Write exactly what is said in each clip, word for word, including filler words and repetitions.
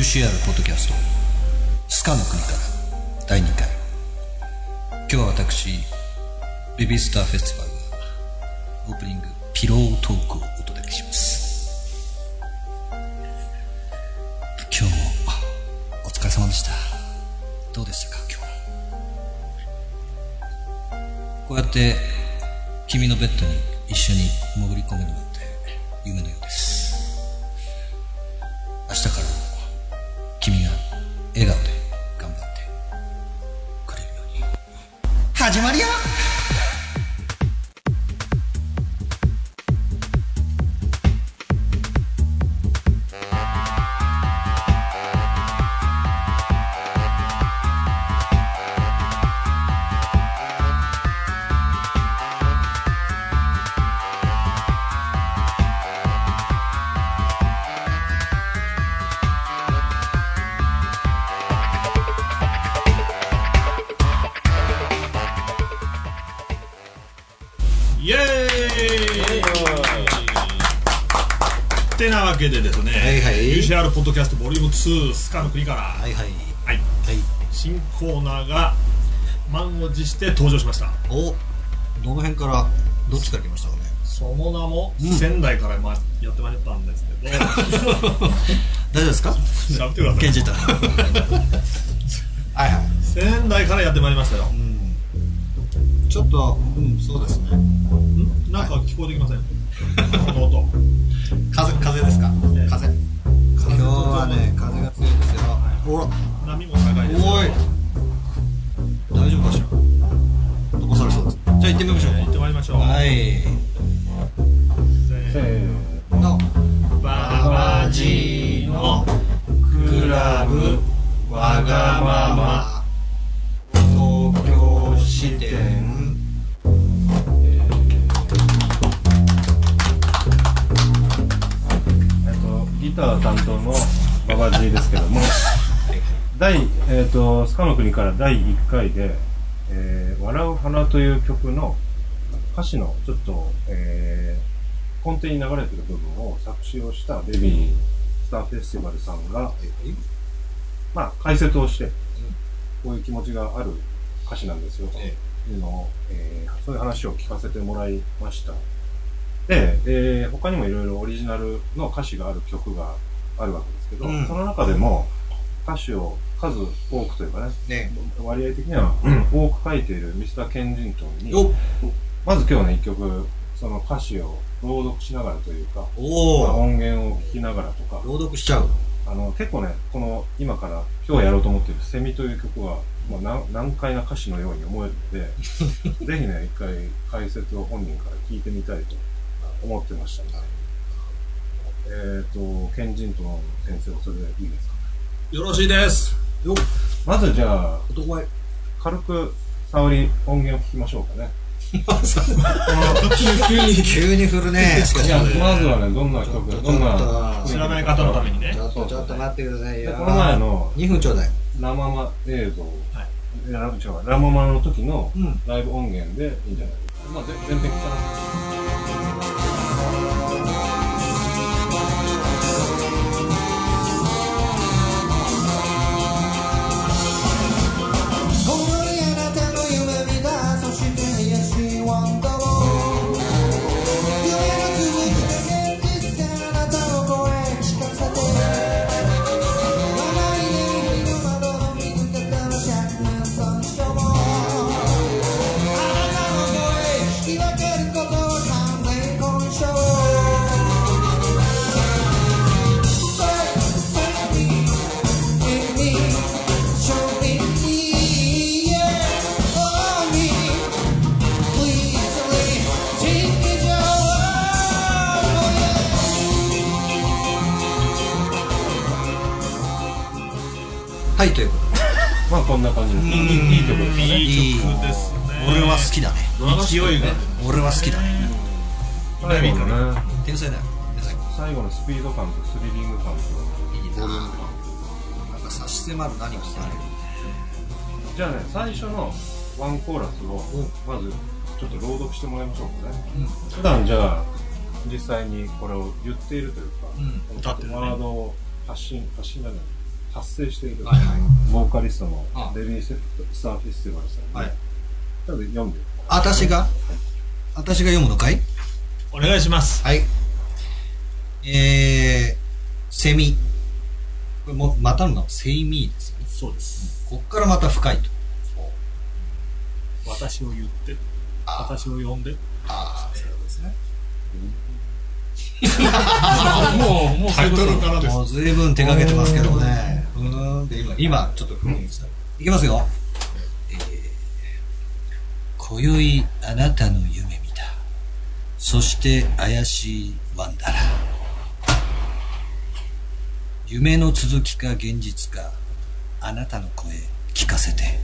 シーアール ポッドキャストスカの国からだいにかい。今日は私ベビースターフェスティバルがオープニングピロートークをお届けします。今日もお疲れ様でした。どうでしたか今日は。こうやって君のベッドに一緒に潜り込めるなんて夢のようです。明日からも君が笑顔で頑張ってくれるように。始まるよ。 てなわけでですね、はいはい、ユーシーアール ポッドキャストボリュームツースカの国から、はいはいはい、新コーナーが満を持して登場しました。 お、どの辺からどっちから来ましたかね。 その名も、うん、仙台からまやってまいったんですけど大丈夫ですか。 喋ってください。 ケンジタはいはい、 仙台からやってまいりましたよ、うん、 ちょっと、うん、そうですね。 んなんか聞こえてきません、はい、この音風、風ですか、えー、風。今日はね、風が強いですよ。ほら、 波も高いですよ。 おい、大丈夫かしら。飛ばされそうです。じゃあ行ってみましょう。 行ってまいりましょう。 はい。せーの。ババジーのクラブわがまま東京支店。 ギター担当のババジーですけども第、えーと、スカの国からだいいっかいで、えー、笑う花という曲の歌詞のちょっと、えー、根底に流れてる部分を作詞をしたベビースターフェスティバルさんが、まあ、解説をしてこういう気持ちがある歌詞なんですよというのを、えー、そういう話を聞かせてもらいました。で、えー、他にもいろいろオリジナルの歌詞がある曲があるわけですけど、うん、その中でも歌詞を数多くというか ね, ね割合的には、うん、多く書いているミスターケンジントンにまず今日ね一曲その歌詞を朗読しながらというか、まあ、音源を聞きながらとか朗読しちゃう。 あの結構ねこの今から今日やろうと思っているセミという曲はもう難, 難解な歌詞のように思えるのでぜひね一回解説を本人から聞いてみたいと思ってましたね。えっ、ー、とケンジントン先生はそれでいいですかね。 よろしいです。 よまずじゃあ軽く触り音源を聞きましょうかね。 急に急に振るね。 いやまずはねどんな曲どんな知らない方のためにね。 ちょっとちょっと待ってくださいよ。 この前のにふんちょうだいラママ映像、はい、ラママの時のライブ音源でいいんじゃないですか。まあ全然聞かなくて。 はいということでまあこんな感じです。いい曲ですね。 いい曲ですね。 俺は好きだね。 勢いが俺は好きだね。 最後のね天才だよ。 最後のスピード感とスリリング感といいな。なんか差し迫る何かされる。 じゃあね最初のワンコーラスをまずちょっと朗読してもらいましょうかね。うん、普段じゃあ実際にこれを言っているというか、うん、歌ってるね、ワードを発信発信じゃない達成している、 はいはい、 ボーカリストのデビースターフェスティバルさんで、はい、ちょっと読んで。 私が、はい、私が読むのかい？ お願いします。 はい。えー、セミ。これもまたの名はセイミーですよね。 そうです。 こっからまた深いと。 私を言って、私を呼んで。 ああ、そうですね。 もう、もうタイトルからです。 もう随分手掛けてますけどね。うーんで今、今、ちょっと雰囲気した。いきますよ。えー、今宵あなたの夢見た。そして怪しいワンダラー。夢の続きか現実か、あなたの声聞かせて。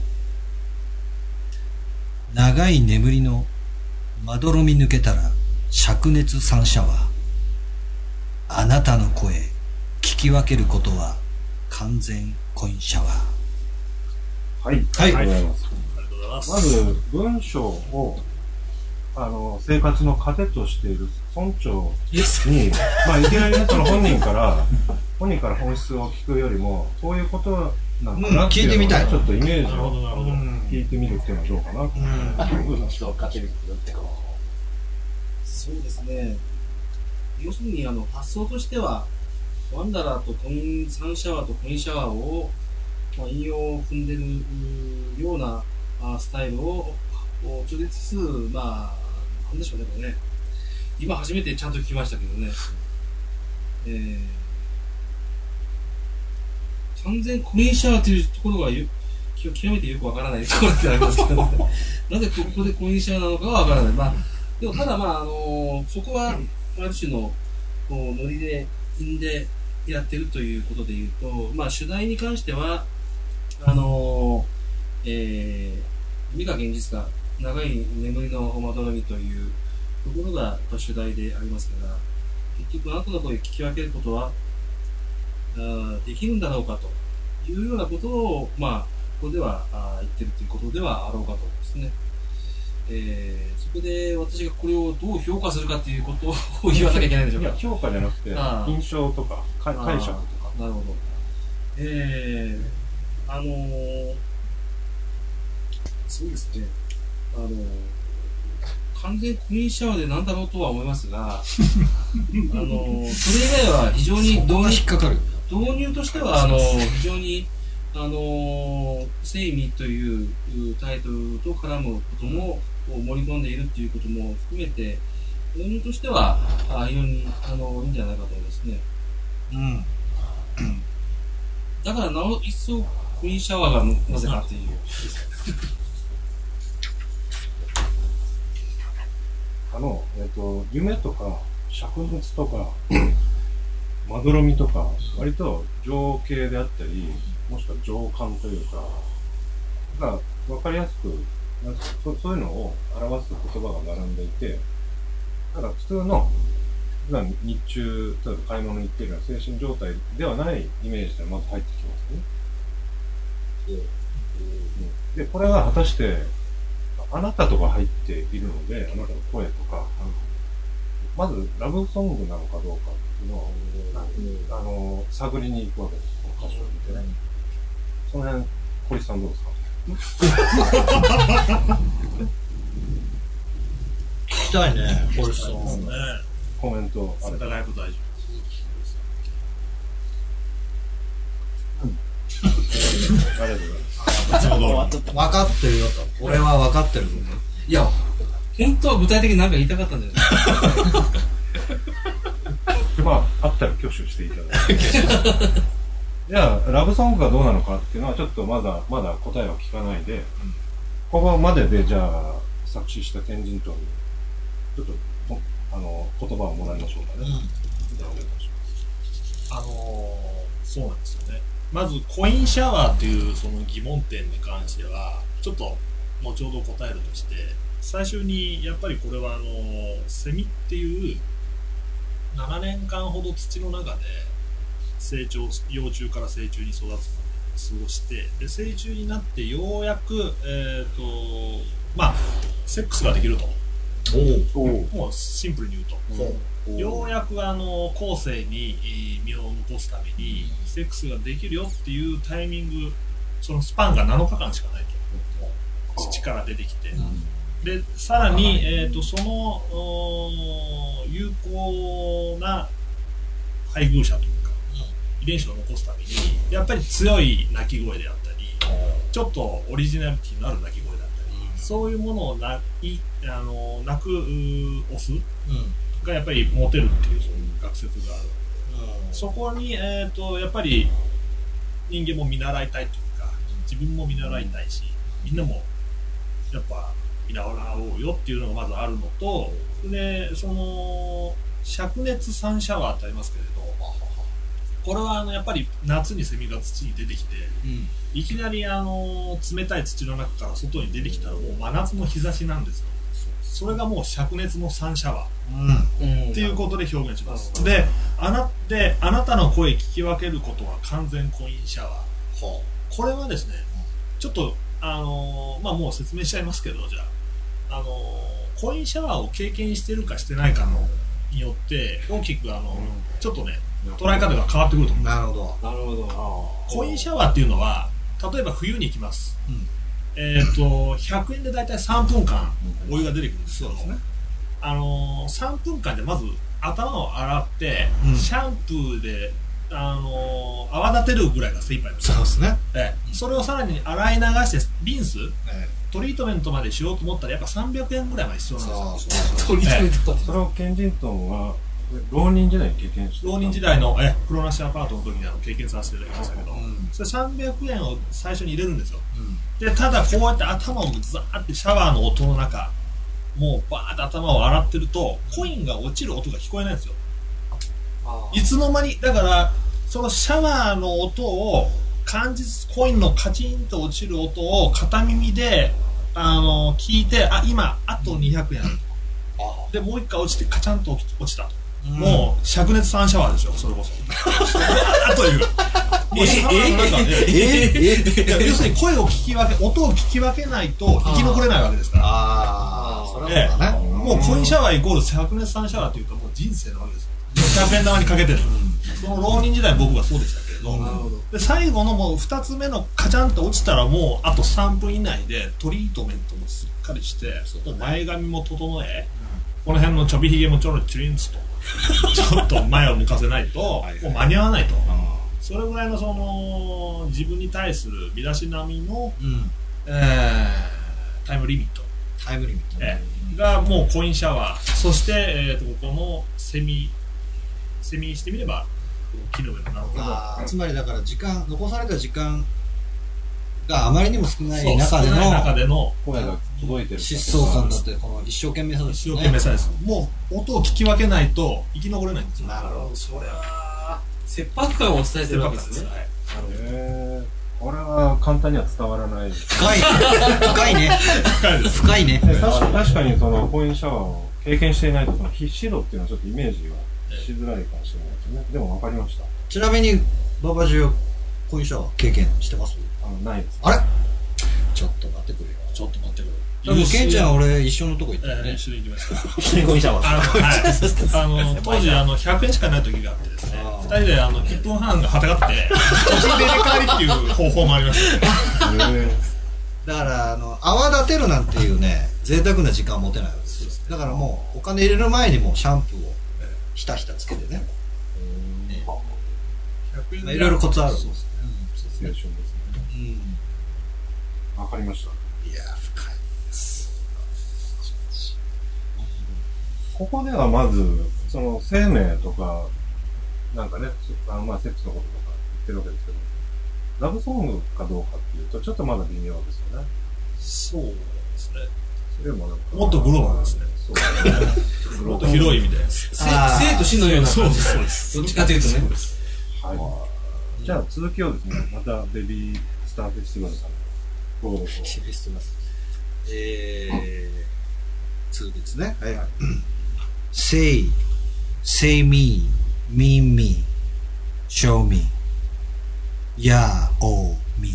長い眠りのまどろみ抜けたら灼熱サンシャワー。あなたの声聞き分けることは完全コインシャワー。 はい、 はい、 ありがとうございます。まず文章をあの生活の糧としている村長に、まあいきなりねその本人から本人から本質を聞くよりもこういうことなんかなっていうのを、ね、ちょっとイメージを聞いてみるっていうのはどうかな。 文章をかけるってこと。そうですね。要するにあの発想としてはワンダラーとコインサンシャワーとコインシャワーを、まあ、引用を踏んでるようなあスタイルを取りつつ、まあなんでしょうねこれね。今初めてちゃんと聞きましたけどね。えー、完全コインシャワーというところがよ極めてよくわからないところってありますけど、ね、なぜここでコインシャワーなのかはわからない。まあでもただまああのそこはある種のこうノリで因でやってるということでいうと、まあ主題に関してはあのえー、夢か現実か長い眠りのまどろみというところが主題でありますから、結局あなたの声を聞き分けることはあできるんだろうかというようなことをまあここではあ言ってるということではあろうかと思いますね。えー、そこで私がこれをどう評価するかということを言わなきゃいけないんでしょうか。 いや、評価じゃなくて、印象とか、解釈とか。 なるほど。えー、あのー、そうですね。あのー、完全コインシャワーでなんだろうとは思いますが、あのー、それ以外は非常に導入引っかかる。 導入としては、あのー、非常にあのー、セイミというタイトルと絡むことも盛り込んでいるということも含めて、導入としては非常にあのいいんじゃないかと思いますね。うん。だからなお一層コインシャワーがなぜかっていう。 あの、えっと、夢とか灼熱とかまどろみとか割と情景であったり、もしくは情感というかが分かりやすくなんか そ, そういうのを表す言葉が並んでいて、なんか普通の普段日中例えば買い物に行っているような精神状態ではないイメージでまず入ってきますね。でこれが果たしてあなたとか入っているので、あなたの声とかまずラブソングなのかどうかっていうのをあの探りに行くわけです。この歌詞を見てね。その辺小石さんどうですか？ 聞きたいね、小石さん。 コメントあれば。 ライブ大丈夫。 ありがとうございます。 分かってるよと。俺は分かってるぞ。 いや、本当は具体的に何か言いたかったんじゃないですか。 まあ、あったら挙手していただいて。じゃあ、ラブソングがどうなのかっていうのはちょっとまだまだ答えは聞かないで、うん、ここまででじゃあ作詞した天神島にちょっとあの言葉をもらいましょうかね。うん、じゃあお願いします。 あのー、そうなんですよね。まずコインシャワーというその疑問点に関してはちょっと後ほど答えるとして、最初にやっぱりこれはあのセミっていうななねんかんほど土の中で成長、幼虫から成虫に育つまで過ごして、で成虫になってようやく、えーとまあ、セックスができるともうシンプルに言うと、ようやくあの後世に身を残すためにセックスができるよっていうタイミング、そのスパンがなのかかんしかないと、父から出てきて、でさらに、えー、とその有効な配偶者というか遺伝子を残すためにやっぱり強い鳴き声であったり、ちょっとオリジナリティのある鳴き声だったり、そういうものをないあの鳴くオスがやっぱりモテるっていうそういう学説がある。そこに、えー、とやっぱり人間も見習いたいというか、自分も見習いたいし、みんなもやっぱ見習おうよっていうのがまずあるのと、でその灼熱サンシャワーってありますけれど、これはあのやっぱり夏にセミが土に出てきて、うん、いきなりあの冷たい土の中から外に出てきたらもう真夏の日差しなんですよ。それがもう灼熱のサンシャワー、うん、っていうことで表現します、うん、であなであなたの声聞き分けることは完全コインシャワー、うん、これはですね、ちょっとあのー、まあもう説明しちゃいますけど、じゃあ、あのー、コインシャワーを経験してるかしてないかのによって大きくあの、うん、ちょっとね捉え方が変わってくると思う。なるほど。なるほど。コインシャワーっていうのは、例えば冬に行きます。うん、えっ、ー、とひゃくえんでだいたいさんぷんかんお湯が出てくるんですけど、うん、そうですね。あのー、さんぷんかんでまず頭を洗って、うん、シャンプーであのー、泡立てるぐらいが精一杯なんです。そうですね。ええ、それをさらに洗い流してリンス、ええ、トリートメントまでしようと思ったらやっぱさんびゃくえんぐらいまで必要なんですよ。 トリートメント、ええ、それをケンジントンは浪人時代に経験して浪人時代のえプロナッシュアパートの時にあの経験させていただきましたけど、うん、それさんびゃくえんを最初に入れるんですよ、うん、でただこうやって頭をザーってシャワーの音の中もうバーって頭を洗ってるとコインが落ちる音が聞こえないんですよ。いつの間にだからそのシャワーの音を感じつつコインのカチンと落ちる音を片耳であの聞いて、あ今あとにひゃくえんあると、うん、でもう一回落ちてカチャンと落ちたと、うん、もう灼熱サンシャワーですよ、それこそあというもうシャワーの中でええ要するに声を聞き分け音を聞き分けないと生き残れないわけですから、ああそれはそうだね、もうコインシャワーイコール灼熱サンシャワーというかもう人生なわけですよ。ひゃくえん玉にかけてる、うん、その浪人時代僕はそうでしたけれど、なるほど。で最後のもうふたつめのカチャンと落ちたらもうあとさんぷん以内でトリートメントもしっかりして、ね、前髪も整え、うん、この辺のちょびひげもちょろチリンスとちょっと前を向かせないともう間に合わないとそれぐらいのその自分に対する身だしなみの、うんえー、タイムリミットタイムリミット、えー、がもうコインシャワー、そして、えー、とここのセミセミにしてみれば木の上なのかな。つまりだから時間残された時間があまりにも少ない中での中での声が届いてる疾走感だってこの一生懸命さですね。一生懸命さです。もう音を聞き分けないと生き残れないんですよ。 なるほど。それは切迫感をお伝えするわけですね。 へー、これは簡単には伝わらない。 深い深いね深いです深いね。 確かに確かにそのコインシャワーを経験していないとその必死度っていうのはちょっとイメージがしづらいかもしれないですね。でも分かりました。 ちなみにババジュコインシャワー経験してます？ あのないです、ね。 あれ？ちょっと待ってくれよ。 ちょっと待ってくれよ。 多分ケンちゃん俺一緒のとこ行ったよね。 一緒に行きました。 一緒にコインシャワー。 あの、はい、あの当時あのひゃくえんしかない時があってですね。ふたりであのいっぷんはんがはたがって途中で入れ替わりっていう方法もありましたね。 だからあの泡立てるなんていうね贅沢な時間を持てないわけですよ。だからもうお金入れる前にもうシャンプーをひたひたつけてね。いろいろコツある。そうですね。 シチュエーションですね。うん。わかりました。 いや深いです。 ここではまずその生命とかなんかね、あのまあセックスのこととか言ってるわけですけど、ラブソングかどうかっていうとちょっとまだ微妙ですよね。 そうですね。 それもなんかもっとグローバルですね。そうですね。もっと広い意味で。 生と死のような感じ。そうです。どっちかというとね。 はい。じゃあ続きをですね、またベビースターフェスティバルさんのご応募を。ベビースターフェスティバル。えー、ツーですね。はい。Say, say me, mean me, show me, yeah or me.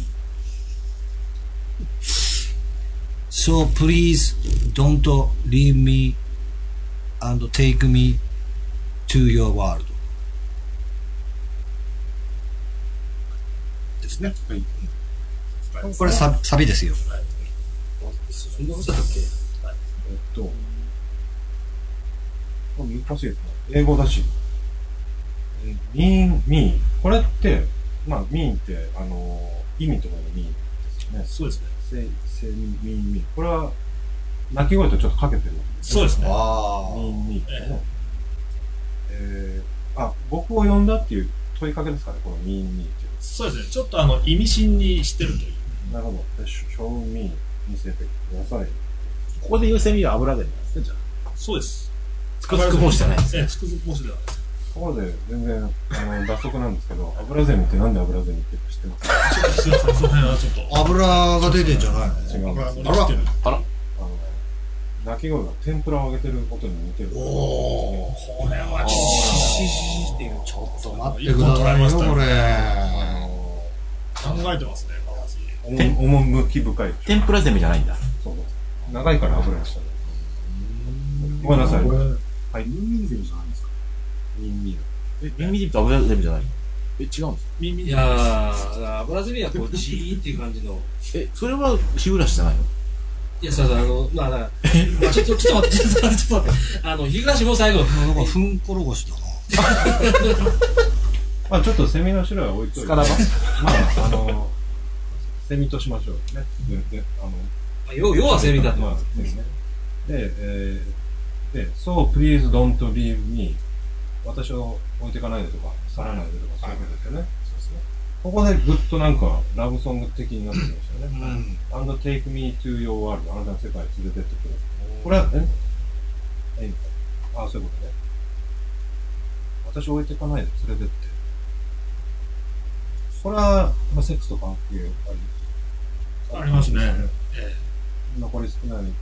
So please don't leave me and take me to your world ですね。 はい。 これサビ、サビですよ。 そんなことだっけ？ えっと、これ難しいですね。英語だし。えー mean, mean。これって、まあ、mean って、あのー、意味とかの mean ですよね。 そうですね。 say, say, mean, mean。これは、鳴き声とちょっとかけてるわけですね。 そうですね。 あ mean, mean ってね。えー、あ、僕を呼んだっていう問いかけですかね、この mean, mean っていう。 そうですね。ちょっとあの、意味深にしてるという。 なるほど。で show me 見せてください。 ここで言うセミは油でなんですね、じゃあ。 そうです。 つくづく申しじゃないですええ、つくづく申しではないです。 ところで、全然、あの、脱足なんですけど、油ゼミってなんで油ゼミって知ってますか？ ちょっとすいません、その辺はちょっと。 油が出てんじゃないの？ 違うんです。 油乗りしてる。 あら。 あの、鳴き声が天ぷらを揚げてる音に似てる。 おー、 これはちょっっていう。 ちょっと待と。 ってくださいよ、これ。 あ考えてますね、マジ。 の、趣深いでしょ。 天ぷらゼミじゃないんだ。 そうそう。長いから油にしたね。ごめんなさい。 これ、 はい。 ミンミンゼミじゃないですか。 ミンミン。 え、耳ゼミと油ゼミじゃないの？え、違うんですか？ 耳いやー、油ゼミはこう、ジーっていう感じの。 え、それは日暮らしじゃないの？ いや、そうそう、あの、まあ、だから、まあ、ちょっと、ちょっと待って、ちょっと待って、ちょっと待って。あの、日暮も最後、 なんか、ふんころごしだな。 まあちょっとセミの種類は置いといて。まあ、あの、セミとしましょうね。で、であの、 まあ要要はセミだと。 まあ、ですね。で、えー、で、So please don't leave me。私を置いていかないでとか、去らないでとか、そういうことですよね。そうですね。ここでぐっとなんか、ラブソング的になってきましたよね。 うん。 and take me to your world。あなたの世界に連れてってくれ。これは、ええああ、そういうことね。私を置いていかないで連れてって。これは、まあ、セックスと関係ありありますね。ええ、 残り少ない間で。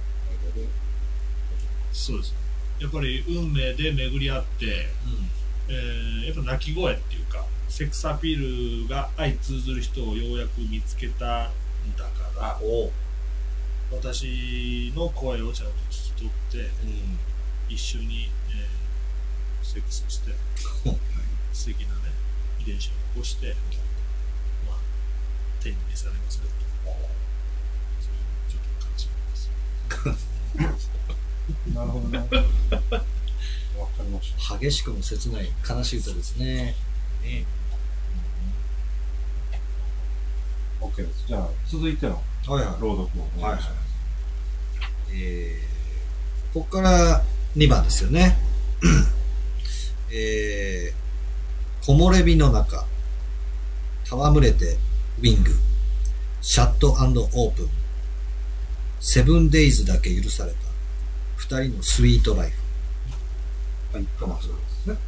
そうです。やっぱり運命で巡り合って、えー、やっぱ鳴き声っていうか、セックスアピールが相通ずる人をようやく見つけたんだから、 お私の声をちゃんと聞き取って、一緒に、えー、セックスして、素敵なね、遺伝子を残して、まあ、天に召されますね。そういうちょっと感じます。 なるほどね。わかりました。 激しくも切ない悲しい歌ですね。ね。 OK です。じゃあ、続いてのはいはい。 朗読をお願いします。 えー、ここからにばんですよね。えー、木漏れ日の中、戯れてウィング、シャット&オープン、セブンデイズだけ許された二人のスイートライフ。 はい、かまそうですね。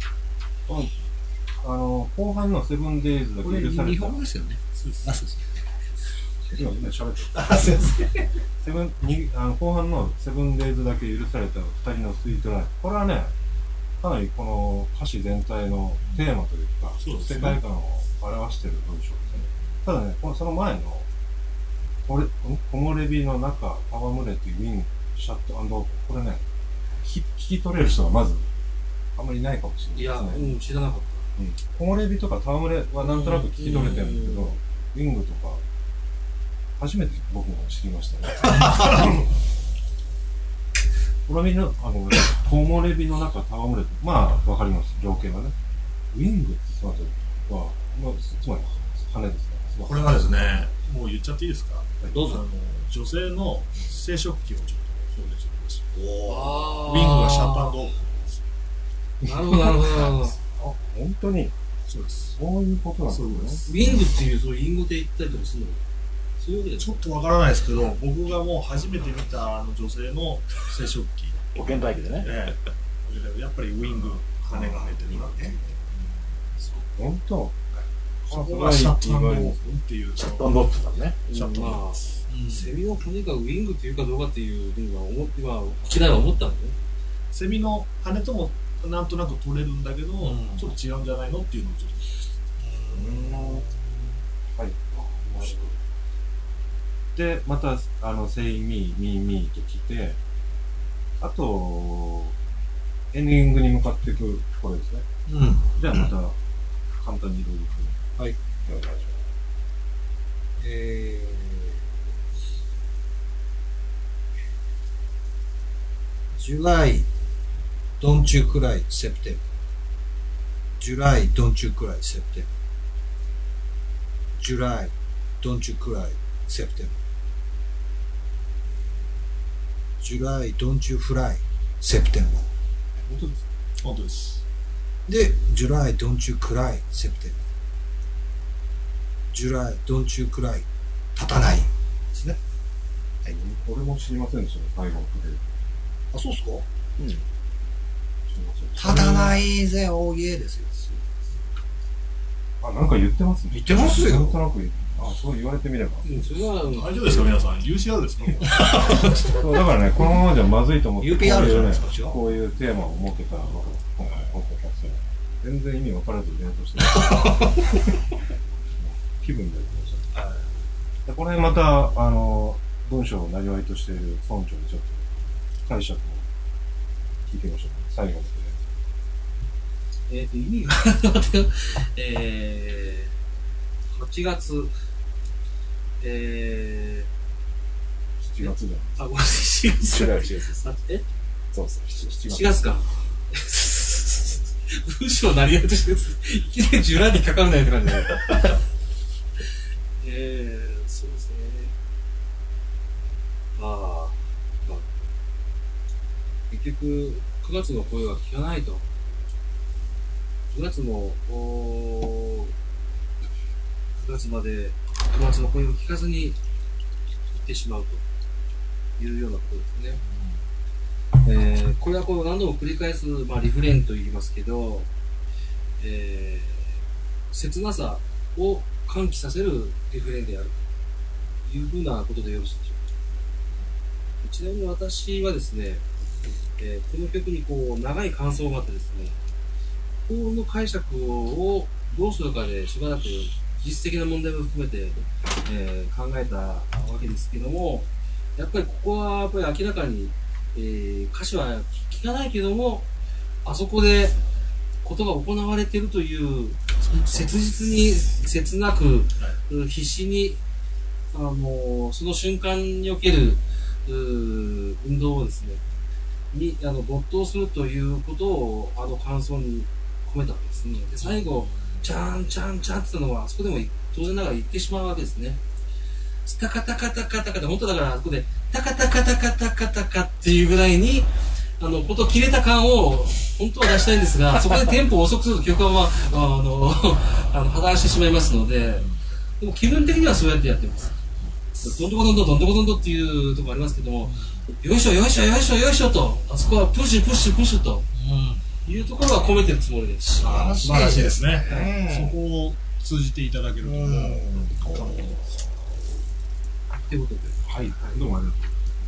あの、後半のセブンデイズだけこれ許された。 日本語ですよね。 そうです。 あ、そうです。 今、今喋ってる。 あ、すいません。 セブンにあの後半のセブンデイズだけ許された二人のスイートライフ。これはね、かなりこの歌詞全体のテーマというか、 そうですね世界観を表している文章ですね。ただね、このその前の、これ、木漏れ日の中、戯れてウィング、シャット&オープン。これね、聞き取れる人はまず、あんまりいないかもしいや、 れないですね。 うん、知らなかっうん。木漏れ日とか戯れはなんとなく聞き取れてるんだけど、ウィングとか、初めて僕も知りましたね。木漏れ日の、あの、木漏れ日の中、戯れて、まあ、わかります、情景はね。ウィングってつまりは、まあ、つまり、羽ですね。 これはですね、もう言っちゃっていいですか？ どうぞあの女性の生殖器をちょっと表現してみました。 た。 ウィングがシャット&オープンです。 なるほど、なるほど、なるほど。 あ、本当に、 そうです。 そういうことなんですね。 そうです。 ウィングっていう、そういう隠語で言ったりとかするの？そういうわけじゃちょっとわからないですけど、僕がもう初めて見たあの女性の生殖器、 保健体系でね。 ええ、やっぱりウィング、羽が生えてるなっていう。 本当。 そこがシャット&オープンっていう、 シャット&オープンだね。 シャット&オープンです。 ない。セミの羽がウィングっていうかどうかっていうのは思って、まあ、聞きながら思ったんだね。 セミの羽ともなんとなく取れるんだけど、 んちょっと違うんじゃないのっていうのをちょっとはい。で、また、あの、say me, me, me と来て、あと、 エンディングに向かっていくこれですね。 うん。 じゃあまた簡単にどういうふうにはい。 お願いします。 えー、July, don't you cry, September. July, don't you cry, September. July, don't you cry, September. July, don't you fly, September. 本当です。本当です。 で、July, don't you cry, September. July, don't you cry, 立たないですね。 はい。俺も知りませんでしたね、最後の筆。 あ、そうっすか？ うん。 知りません。 立たないぜ、大芸ですよ。 あ、なんか言ってますね。 言ってますよなんとなく言って、あ、そう言われてみれば。 うん、それは、うん、 大丈夫ですか皆さん ユーシーアール ですかそうだからね、このままじゃまずいと思って、 ユーピーアール じゃないですか、違うこういうテーマを設けたのを今回今回達成。全然意味分からず連想してる。気分でやってました。でこれまた、あの、文章をなりわいとしている村長にちょっと解釈を聞いてみましょう。最後まで。 えっ、ー、と、意味が、待ってよ。えー、はちがつ、えしちがつじゃー、あ、ごめんなさい、しがつ。 しがつです。 あえそうそう、しちがつ。 しがつか。文章なりわいとしてるいきなりジュラにかかんないって感じで。えー、そうですね。ああ、まあ、結局、くがつの声は聞かないと。くがつも、おくがつまでくがつの声を聞かずに行ってしまうというようなことですね。えー、これはこう何度も繰り返す、まあ、リフレインと言いますけど、えー、切なさを喚起させるリフレインであるというふうなことでよろしいでしょうか。ちなみに私はですね、えー、この曲にこう長い感想があってですね、この解釈をどうするかでしばらく技術的な問題も含めて、えー、考えたわけですけども、やっぱりここはやっぱり明らかに、えー、歌詞は聞かないけども、あそこでことが行われているという切実に切なく、はい、必死にあのその瞬間における運動をですねにあの没頭するということをあの感想に込めたわけですね。で最後チャンチャンチャンって言ったのはあそこでも当然ながら言ってしまうわけですね。タカタカタカタカって本当だからあそこでタカタカタカタカタカっていうぐらいにあのこと切れた感を本当は出したいんですが、そこでテンポを遅くすると曲は、まあ、あのあの破談してしまいますので、でも気分的にはそうやってやってます。どんどこどんどんどんどこどんどんっていうところありますけども、よいしょよいしょよいしょよいしょと、あそこはプッシュプッシュプッシュというところは込めてるつもりです。 素晴らしいですね。そこを通じていただけると思う。 ということで、 はい、どうもありがと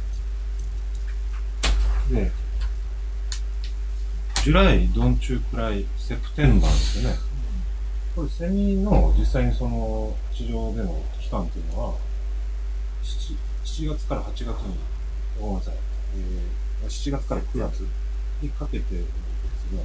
う。で、July, don't you cry, September ですよね。これセミの実際にその地上での期間というのはしちがつからはちがつに、ごめんなさい、えー、しちがつからくがつにかけてなんですが、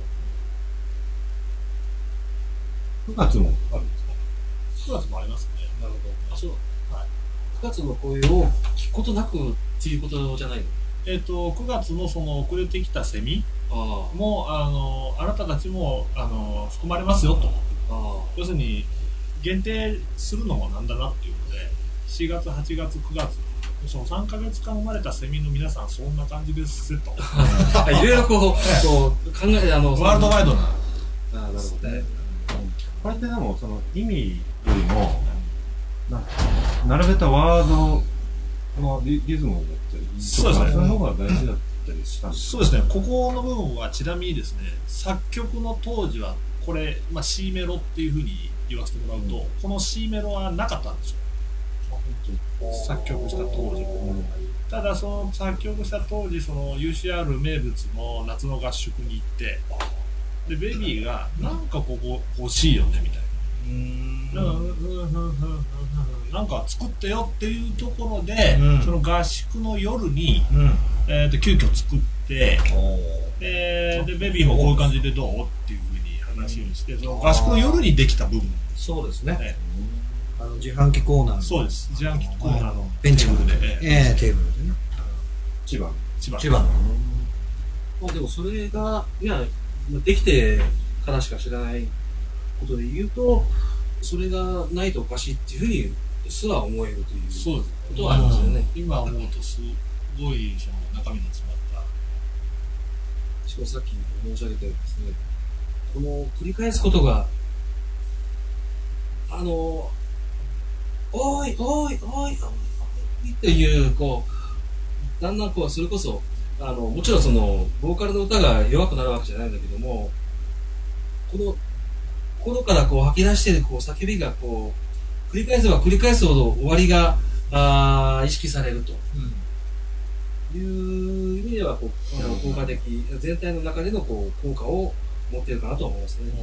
くがつもあるんですか？ くがつもありますね。 なるほど。 あ、そう。はい。 くがつの声を聞くことなくっていうことじゃないの？ えっと、くがつのその遅れてきたセミも、あの、あなたたちも、あの、含まれますよと。 あ要するに、限定するのもなんだなっていうので、しがつ、はちがつ、くがつ、そのさんかげつかん生まれたセミの皆さん、そんな感じですと。 いろいろこう、こう考え、あの、 ワールドワイドな。 あなるほどね。 これってでも、その意味よりも、な並べたワードの リ, リズムだったり、 そうですね。 そういう方が大事だったりしたんですか？ そうですね。ここの部分はちなみにですね、作曲の当時は、これ、まあ、C メロっていうふうに言わせてもらうと、うん、この C メロはなかったんですよ。作曲した当時も。うん、ただ、その作曲した当時、その ユーシーアール 名物の夏の合宿に行って、で、ベビーが、なんかここ欲しいよね、みたいな。 うんだからうんうんうんうんうんなんか作ってよっていうところで、 うん、 その合宿の夜に、 うん、 えー、と急遽作っておででベビーもこういう感じでどうっていうふうに話をして、その合宿の夜にできた部分、 そうですね、 ね、 あの自販機コーナーのそうです自販機コーナーのベンチテーブルで、 ええテーブルでね、 千葉。 千葉千葉のまあでもそれが、いや、できてからしか知らないことで言うと、それがないとおかしいっていうふうにすら思えるというそうですことはありますよね。 今思うとすごいその中身の詰まったしかもさっき申し上げたようにですね、この繰り返すことが、あの、おーい、おーい、おーい、おーい、っていう、こう、だんだんこう、それこそ、あの、もちろんその、ボーカルの歌が弱くなるわけじゃないんだけども、この、心からこう吐き出してるこう叫びがこう、繰り返せば繰り返すほど終わりが、あー意識されると。いう意味ではこう、あの効果的、全体の中でのこう効果を持っているかなと思いますね。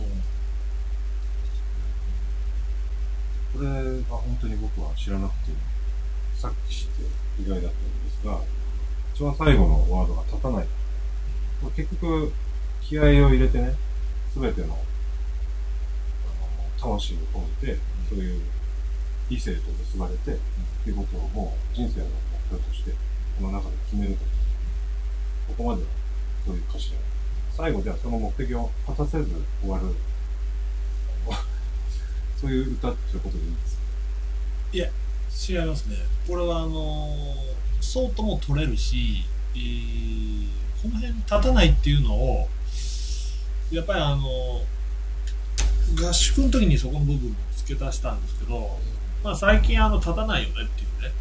これが本当に僕は知らなくて、さっき知って意外だったんですが、一番最後のワードが立たない。結局、気合を入れてね、すべての、あの、魂を込めて、そういう異性と結ばれて、っていうことをもう人生の目標として、この中で決めると。ここまではそういう歌詞じゃない。最後ではその目的を果たせず終わる。そういう歌っていうことでいいんですか？ いや違いますね。これはあのー、そうとも取れるし、えー、この辺立たないっていうのをやっぱりあのー、合宿の時にそこの部分を付け足したんですけど、まあ、最近あの立たないよねっていうね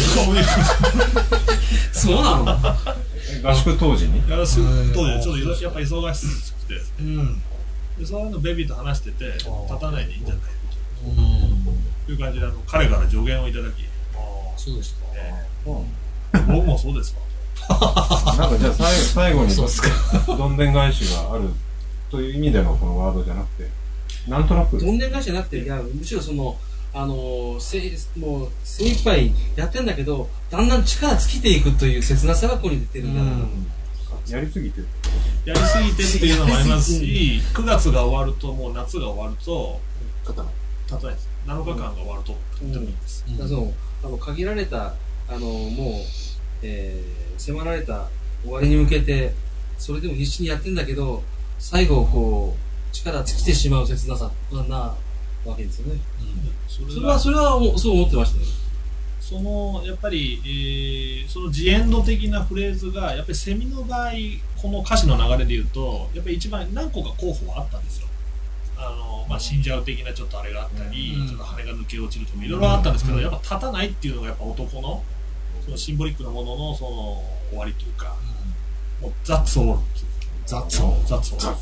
そうなの？ 合宿当時に合宿当時ちょっとやっぱ忙しくて、 うん、 でそういうのベビーと話してて立たないでいいんじゃないうんという感じであの彼から助言をいただき、 ああそうですか、 えうんー、僕もそうですわなんかじゃあ最後最後にそうですかどんでん返しがあるという意味でのこのワードじゃなくて、なんとなくどんでん返しじゃなくて、いや、むしろその、あのー、せもう精一杯やってんだけど、だんだん力尽きていくという切なさがここに出てるんだなと思う。 やりすぎてる。 やりすぎてっていうのもありますし、くがつが終わるともう夏が終わると立たない立たないです。なのかかんが終わるととってもいいです。 うんだからそのあの限られたあのもう、えー、迫られた終わりに向けてそれでも必死にやってんだけど最後こう力尽きてしまう切なさなわけですよね。 そそれはそれはもうそう思ってましたよ。 そのやっぱり、えー、そのジエンド的なフレーズがやっぱりセミの場合この歌詞の流れで言うとやっぱり一番何個か候補はあったんですよ。あのまあ、死んじゃう的なちょっとあれがあったり、うん、ちょっと羽が抜け落ちるとかいろいろあったんですけど、うん、やっぱ立たないっていうのがやっぱ男のそのシンボリックなもののその終わりというか、うん、もうザッツオールザッツオールザッツオール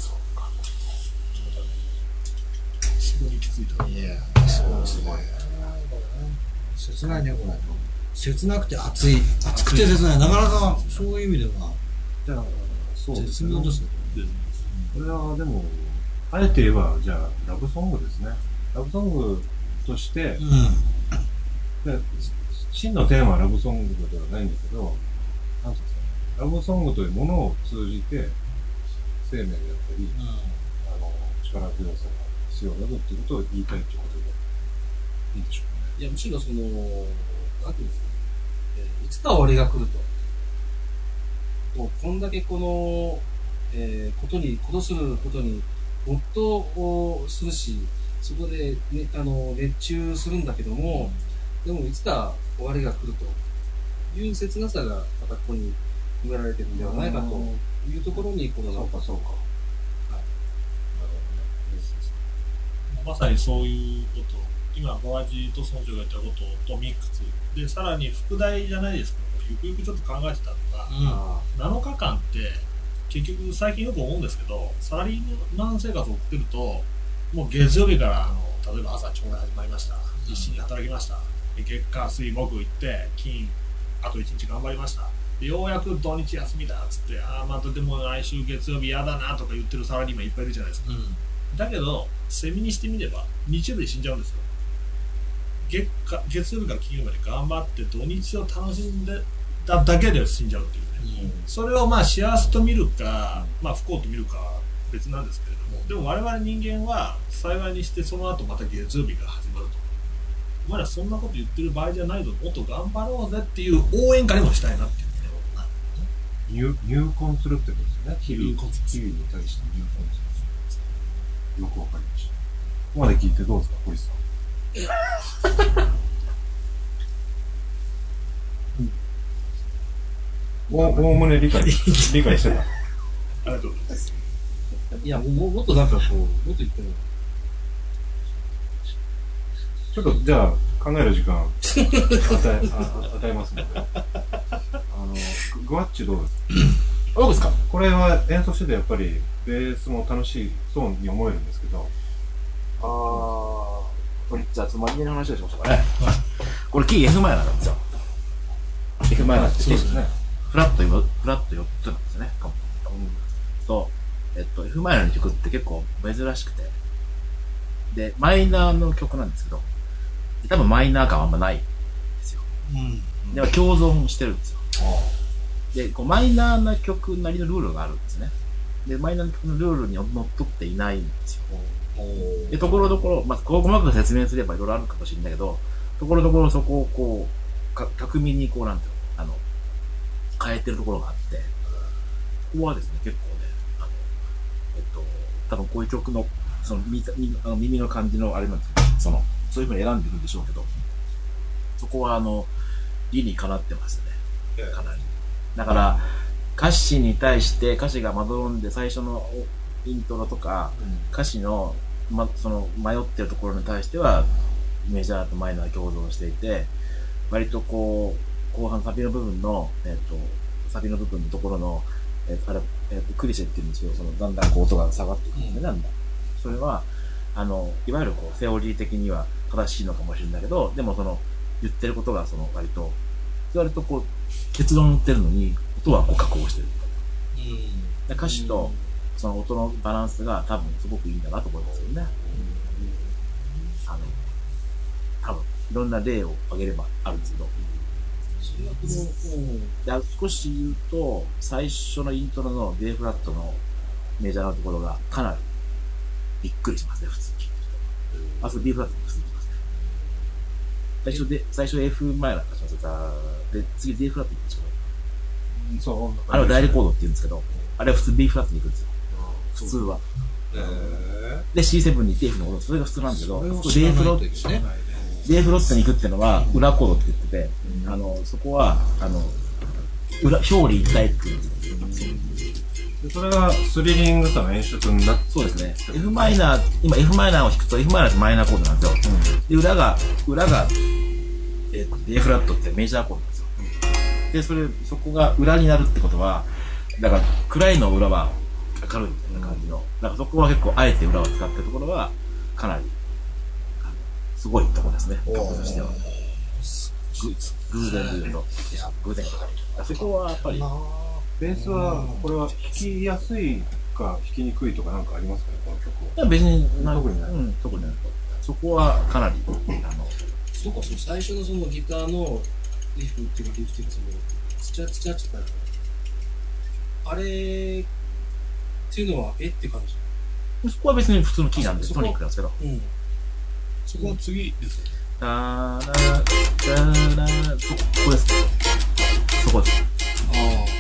すごい行き着いた。 いやそうですね。切ないねこれ。切なくて熱い熱くて切ないなかなかそういう意味ではじゃあそうですね。絶妙ですね。 これはでもあえて言えばじゃあラブソングですね。ラブソングとして、うん、で真のテーマはラブソングではないんだけど、なんていうんですかね、ラブソングというものを通じて生命であったり、うん、あの力強さが必要だぞっていうことを言いたいということでいいでしょうかね。 いやむしろそのなんていうんですか、えー、いつか終わりが来ると、こんだけこの、えー、ことにことすることに没頭するし、そこで、ね、あの熱中するんだけども、でもいつか終わりが来るという切なさがまたここに埋められているんではないかというところにこのそうかそうか、はい、 なるほどね。まさにそういうこと、今バワジと村長が言ったこととミックスでさらに副題じゃないですけど、ゆくゆくちょっと考えてたのが、うん、なのかかんって結局最近よく思うんですけど、サラリーマン生活を送ってるともう月曜日からあの例えば朝朝礼始まりました、必死に働きました、月火水木行って金あといちにち頑張りました、でようやく土日休みだっつって、ああまたでも来週月曜日嫌だなとか言ってるサラリーマンいっぱいいるじゃないですか、うん、 だけどセミにしてみれば日曜日で死んじゃうんですよ。 月, か月曜日から金曜日まで頑張って土日を楽しんでただけで死んじゃうっていうね、うん、それをまあ幸せと見るか、まあ、不幸と見るかは別なんですけれども、でも我々人間は幸いにしてその後また月曜日が始まると。お前らそんなこと言ってる場合じゃないぞ、もっと頑張ろうぜっていう応援歌にもしたいなっていうね。入入婚するってことですよね。 入婚日々に対して入婚する。よくわかりました。ここまで聞いてどうですか、小石さん。おおむね理解理解してた。 ありがとうございます。 いや、もうもっとなんかこう、もっと言ってもちょっとじゃあ考える時間与え与えますので、あのグワッチどうですか？ どうですか？ これは演奏しててやっぱりベースも楽しそうに思えるんですけど、 あー、じゃあつまりの話をしましょうかね。これキー F マイナーなんですよ。F マイナーってそうですね。 フラットフラットよっつなんですよね。うん、と、えっと F マイナーの曲って結構珍しくて、でマイナーの曲なんですけど。多分マイナー感はあんまないんですよ。うん、でも共存してるんですよ。で、こうマイナーな曲なりのルールがあるんですね。で、マイナーな曲のルールにのっとっていないんですよ。で、ところどころ、まあ、こう細かく説明すればいろいろあるかもしれないけど、ところどころそこをこう、か巧みにこうなんていうの、あの、変えてるところがあって、ここはですね、結構ね、あの、えっと、多分こういう曲の、その、みあの耳の感じのあれなんですけど、その、そういうふうに選んでるんでしょうけど、そこはあの理にかなってますね、かなり。だから歌詞に対して歌詞がまどろんで最初のイントロとか、うん、歌詞の、ま、その迷ってるところに対してはメジャーとマイナー共存していて、割とこう後半サビの部分の、えー、とサビの部分のところの、えーあれえー、とクリシェっていうんですけど、そのだんだんこう音が下がっていくんですね、うん、なんだそれはあのいわゆるこうセオリー的には正しいのかもしれないけど、でもその言ってることがその割と割とこう結論を言ってるのに音はこう加工してる、うん、で歌詞とその音のバランスが多分すごくいいんだなと思いますよね、うん、あの多分いろんな例を挙げればあるんですけど、で少し言うと最初のイントロの B フラットのメジャーなところがかなりびっくりしますね、普通に聞いてると。あ、そう B フラット普通に聞きますね。最初で、最初 F 前なんかしますで、次 D フラットに行くんですけど、そう、あれは代理コードって言うんですけど、あれは普通 B フラットに行くんですよ。普通は。で、シーセブン に F のコード、それが普通なんだけど、D フロット、D フロットに行くっていうのは裏コードって言ってて、あの、そこは、あの、裏、表裏一体っていうんですよ。 でそれがスリリングさの演出になって、 そうですね。F マイナー、今 F マイナーを弾くと F マイナーってマイナーコードなんですよ。うん、で、裏が、裏が、えー、D フラットってメジャーコードなんですよ。うん、で、それ、そこが裏になるってことは、だから暗いの裏は明るいみたいな感じの、だからそこは結構あえて裏を使ってるところは、かなり、すごいところですね。曲としては。偶然で言うと。偶然。そこはやっぱり、 ベースは、これは弾きやすいか弾きにくいとかなんかありますかね、この曲は。 いや、別に特にない。 うん、特にない。そこはかなり、あの、 そうか、その最初のそのギターのリフっていうか、リフっていうか、その、つちゃつちゃって言ったら、あれっていうのは、えって感じ。 そこは別に普通のキーなんです、トニックなんですけど。 うん。そこは次ですよね。 ターラー、ターラー、そこ、ここです。そこです。 ああ。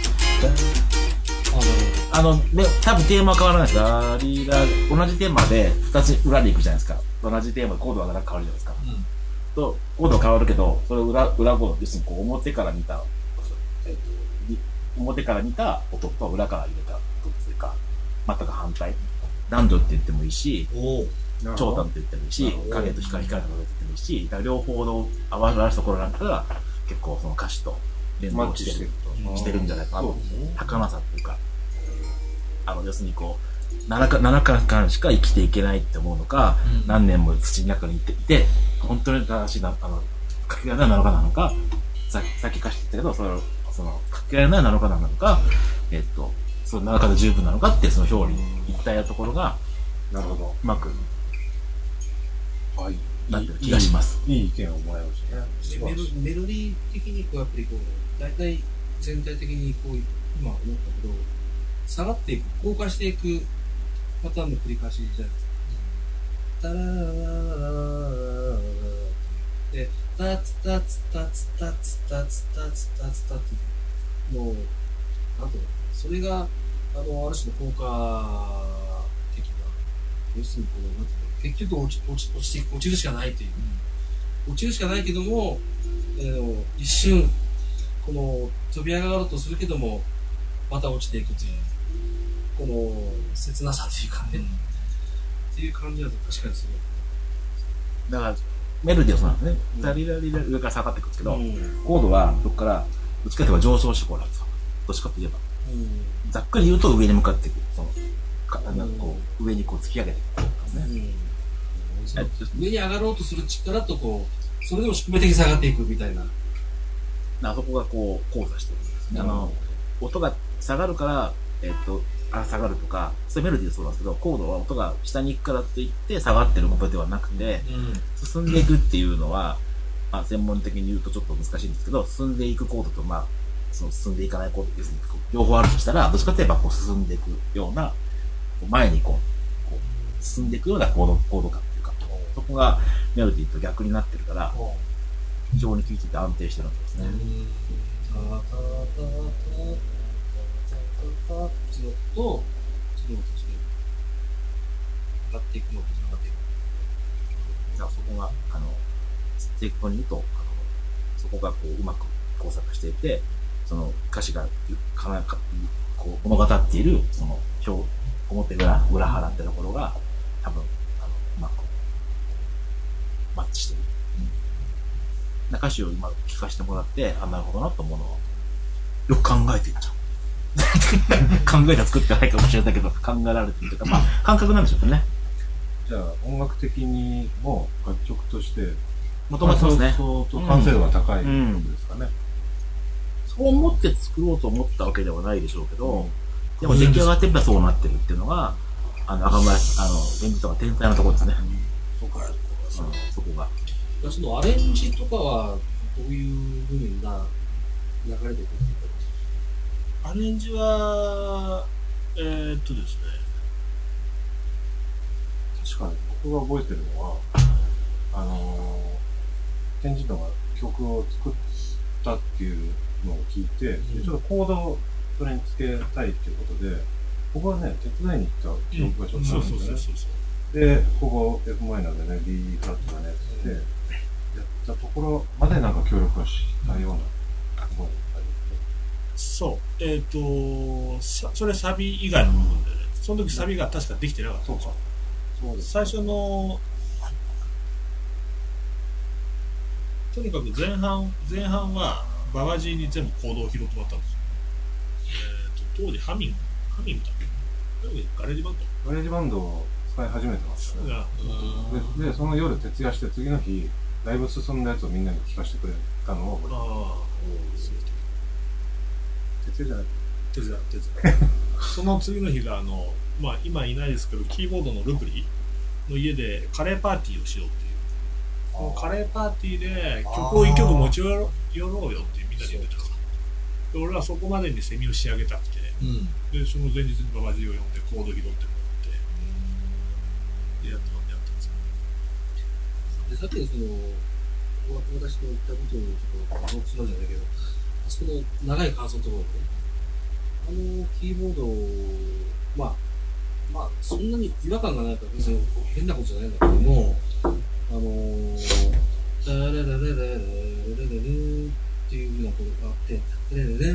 あの、で、多分テーマは変わらないです。ダリラ、同じテーマでふたつ裏でいくじゃないですか。同じテーマでコードが変わるじゃないですか。うん、と、コード変わるけど、それを裏、裏コード、要するにこう表から見た、えっと、表から見た音と裏から入れた音っていうか、全く反対。男女って言ってもいいし、長短って言ってもいいし、影と光、光と影って言ってもいいし、だから両方の合わせたところなんかが結構その歌詞と連動してる、してるんじゃないかなと。儚さっていうか、あの、要するにこう、ななかかんしか生きていけないって思うのか、うん、何年も土の中にいて、いて本当に正しいな、あの、かけがえないなのかなのか、ささっき歌詞言ったけど、それを、その、かけがえないなのかなのか、えっと、その中で十分なのかっていうその表裏一体なところが、 なるほど。 うまくはい。 なってる気がします。 いい意見をもらいましたね。 メロメロディー的にこうやっぱりこう大体全体的にこう今思ったけど下がっていく硬化していくパターンの繰り返しじゃないですか。タラララララララでタツタツタツタツタツタツタツタっていうのなんていうのそれがあのある種の効果的な要するにこうなんていうの結局落ち落ち落ちて落ちるしかないという。落ちるしかないけども、えー、一瞬この飛び上がろうとするけどもまた落ちていくというこの切なさというかね、うん、っていう感じだと確かにすごい。 だからメロディーはそうなんですね。 うん、 ザリラリラ上から下がっていくんですけど、 うん、 コードはそこからどっちかというと上昇志向なんですよ。どっちかといえば、うん、ざっくり言うと上に向かっていくそのかなんかこう、うん、上にこう突き上げていくんですね。うん上に上がろうとする力とこうそれでも宿命的に下がっていくみたいなあそこがこう交差してるんですね、うん、あの音が下がるからえっとあ下がるとかそれメロディーでそうなんですけどコードは音が下に行くからといって下がってることではなくて、うん、進んでいくっていうのは、まあ、専門的に言うとちょっと難しいんですけど進んでいくコードとまあその進んでいかないコードですね両方あるとしたらどっちかといえばこう進んでいくような前にこう、こう進んでいくようなコードコード感そこがメロディーと逆になってるから非常に聴いてて安定してるんですね。 タタタタタタタタと次の音と上がっていくのと上がっていく。 だからそこがあの正確に言うとあのそこがこううまく交錯していてその歌詞がかなかこう物語っているその表表裏裏腹ってところが多分あのうまくマッチしてる、うん、歌詞を今聞かせてもらってあなるほどなと思うのはよく考えていっちゃう考えて作ってないかもしれないけど考えられてるというかまあ感覚なんでしょうね。 じゃあ音楽的にも楽曲としてもともとねと完成度が高いことですかね、うんうん、 そう思って作ろうと思ったわけではないでしょうけど、うん、でも出来上がってみたらそうなってるっていうのがあの赤村あの演じとか天才のところですね、 うん、そうかうん、そこがそのアレンジとかはどういうふうな流れで出ていくんですか。アレンジはえー、っとですね確かに僕が覚えてるのはあのー、天神のが曲を作ったっていうのを聞いて、うん、でちょっとコードをそれにつけたいっていうことで僕はね手伝いに行った記憶がちょっとあるんですよね。で、ここ F マイナーでね、B フラットがねってやったところまでなんか協力をしたような思いがありますね。そう。えっ、ー、とさ、それサビ以外の部分で、ね、その時サビが確かできてなかったんですよ。そうです。最初の、とにかく前半、前半はババジーに全部コードを拾ってもらったんですよ。えっ、ー、と、当時ハミング、ハミングだっけガレージバンドガレージバンドを使い始めてましたね。で, でその夜徹夜して次の日だいぶ進んだやつをみんなに聞かせてくれたのを覚えてます。徹夜じゃない徹夜徹夜その次の日があの、まあ、今いないですけどキーボードのルプリの家でカレーパーティーをしようっていうそのカレーパーティーで曲を一曲持ち寄ろうよってみんなで言ってたで俺はそこまでにセミを仕上げたくて、うん、でその前日にババジーを呼んでコード拾ってもらってでやってもらったんですよ。 でさっきのその私の言ったことをちょっとノーツなんじゃないけどあそこの長い感想のところねあのキーボードまあまあそんなに違和感がないから別に変なことじゃないんだけどもあのータラララララララララっていうふうなことがあってララララララララララ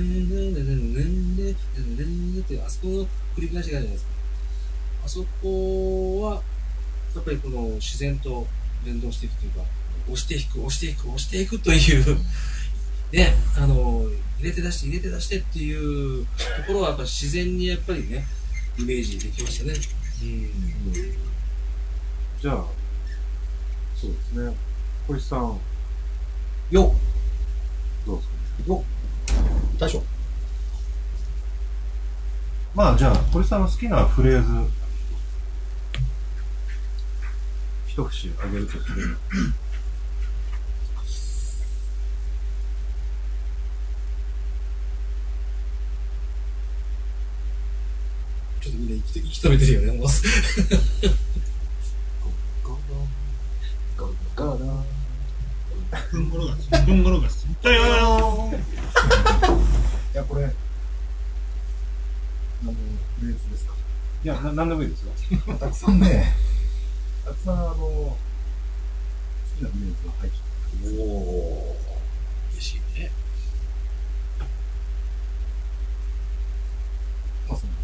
ラってあそこの繰り返しがあるじゃないですか。あそこはやっぱりこの自然と連動していくというか押していく押していく押していくというねあの入れて出して入れて出してっていうところはやっぱ自然にやっぱりねイメージできましたね。うん、うん、 じゃあそうですね小石さんよどうですかよ大将まあじゃあ小石さんの好きなフレーズ一節あげるとする。 ちょっとみんな息息止めてるよね、もう。 ふんごろがふんごろがだよー。 いや、これ、あの、フレーズですか。 いや、ななんでもいいですよ。 たくさんね、たくさん、あの、好きなフレーズが入っておお嬉しいね。 まあ、そん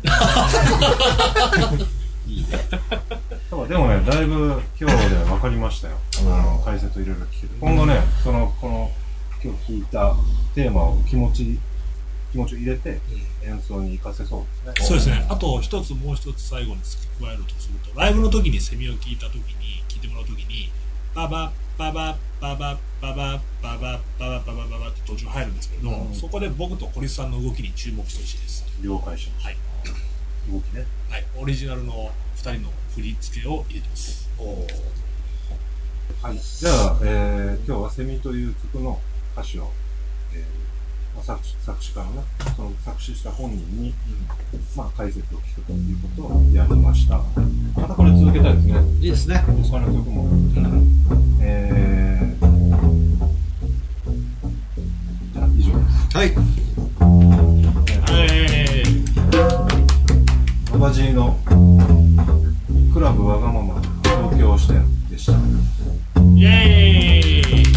な感じです。 いいね。でもね、だいぶ今日で分かりましたよ。あの解説いろいろ聞けて。今後ね、その、この、今日聞いたテーマを気持ち、気持ちを入れて演奏に活かせそうですね。 そうですね。あと一つ、もう一つ最後に付け加えるとすると、ライブの時にセミを聞いた時に、聞いてもらう時に、バババババババババババババババババって途中入るんですけど、うん、そこで僕と小リスさんの動きに注目してほしいです。 了解しました。 はい。 動きね。 はい。オリジナルのふたりの振り付けを入れてます。おはい。じゃあ、えー、今日はセミという曲の歌詞を、えー、作, 作詞家のね、その作詞した本人に、うん、まあ解説を聞くということをやりました。またこれ続けたいですね。 いいですね。 他の曲も。うん、えー、じゃあ以上です。 はい。 えー、ババジーのクラブわがまま東京支店でした。 イエーイ。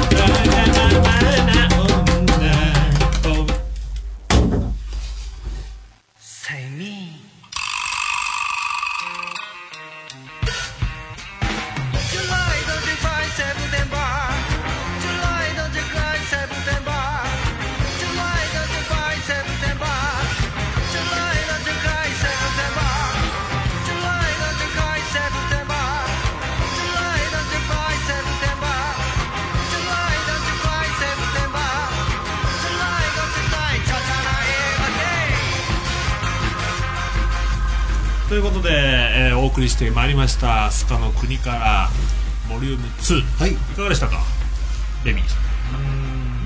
ということで、えー、お送りしてまいりましたスカの国からボリュームツー、はい、いかがでしたか、レミーさん。うーん、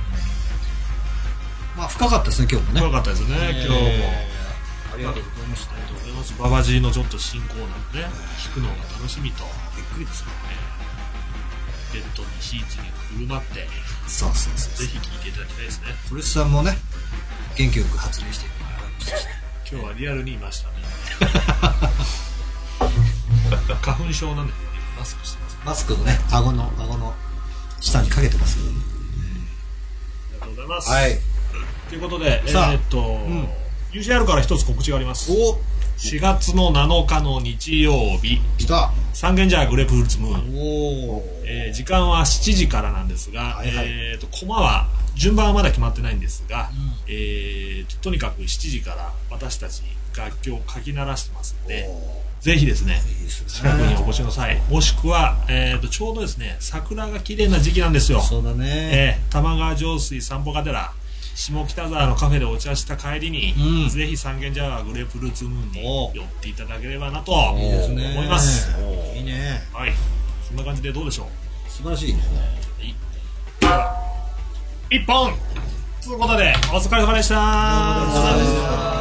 まあ深かったですね、今日もね。 深かったですね、えー、今日も。 ありがとうございました。 ありがとうございます。ババジーのちょっと新コーナーね、聞くのが楽しみと、 びっくりですね。 ベッドにシーツにくるまって、 そうそうそう、 ぜひ聞いていただきたいですね。 トレスさんもね、元気よく発言してもらいましたし、 今日はリアルにいましたね。花粉症なんでマスクしてます、ね、 マスクのね、顎の顎の下にかけてますけど、ね、 ありがとうございます。 はい。 ということで、えー、っと、うん、ユーシーアール から一つ告知があります。 おしがつのなのかの日曜日、 来た。 三軒茶屋グレープフルーツムーン。 お、 えー、時間はしちじからなんですが、はいはい、えー、とコマは順番はまだ決まってないんですが、うん、えー、と, とにかくしちじから私たち楽器をかき鳴らしてますので、ぜひですね、近くにお越しの際、もしくは、えー、とちょうどですね、桜が綺麗な時期なんですよ。 そうだね。 えー、玉川上水散歩がてら下北沢のカフェでお茶した帰りに、うん、ぜひ三軒茶屋グレープフルーツムーンに寄っていただければなと思います。 いいね。 はい、そんな感じでどうでしょう。 素晴らしいね。 はい、一本ということでお疲れ様でした。 お疲れ様でした。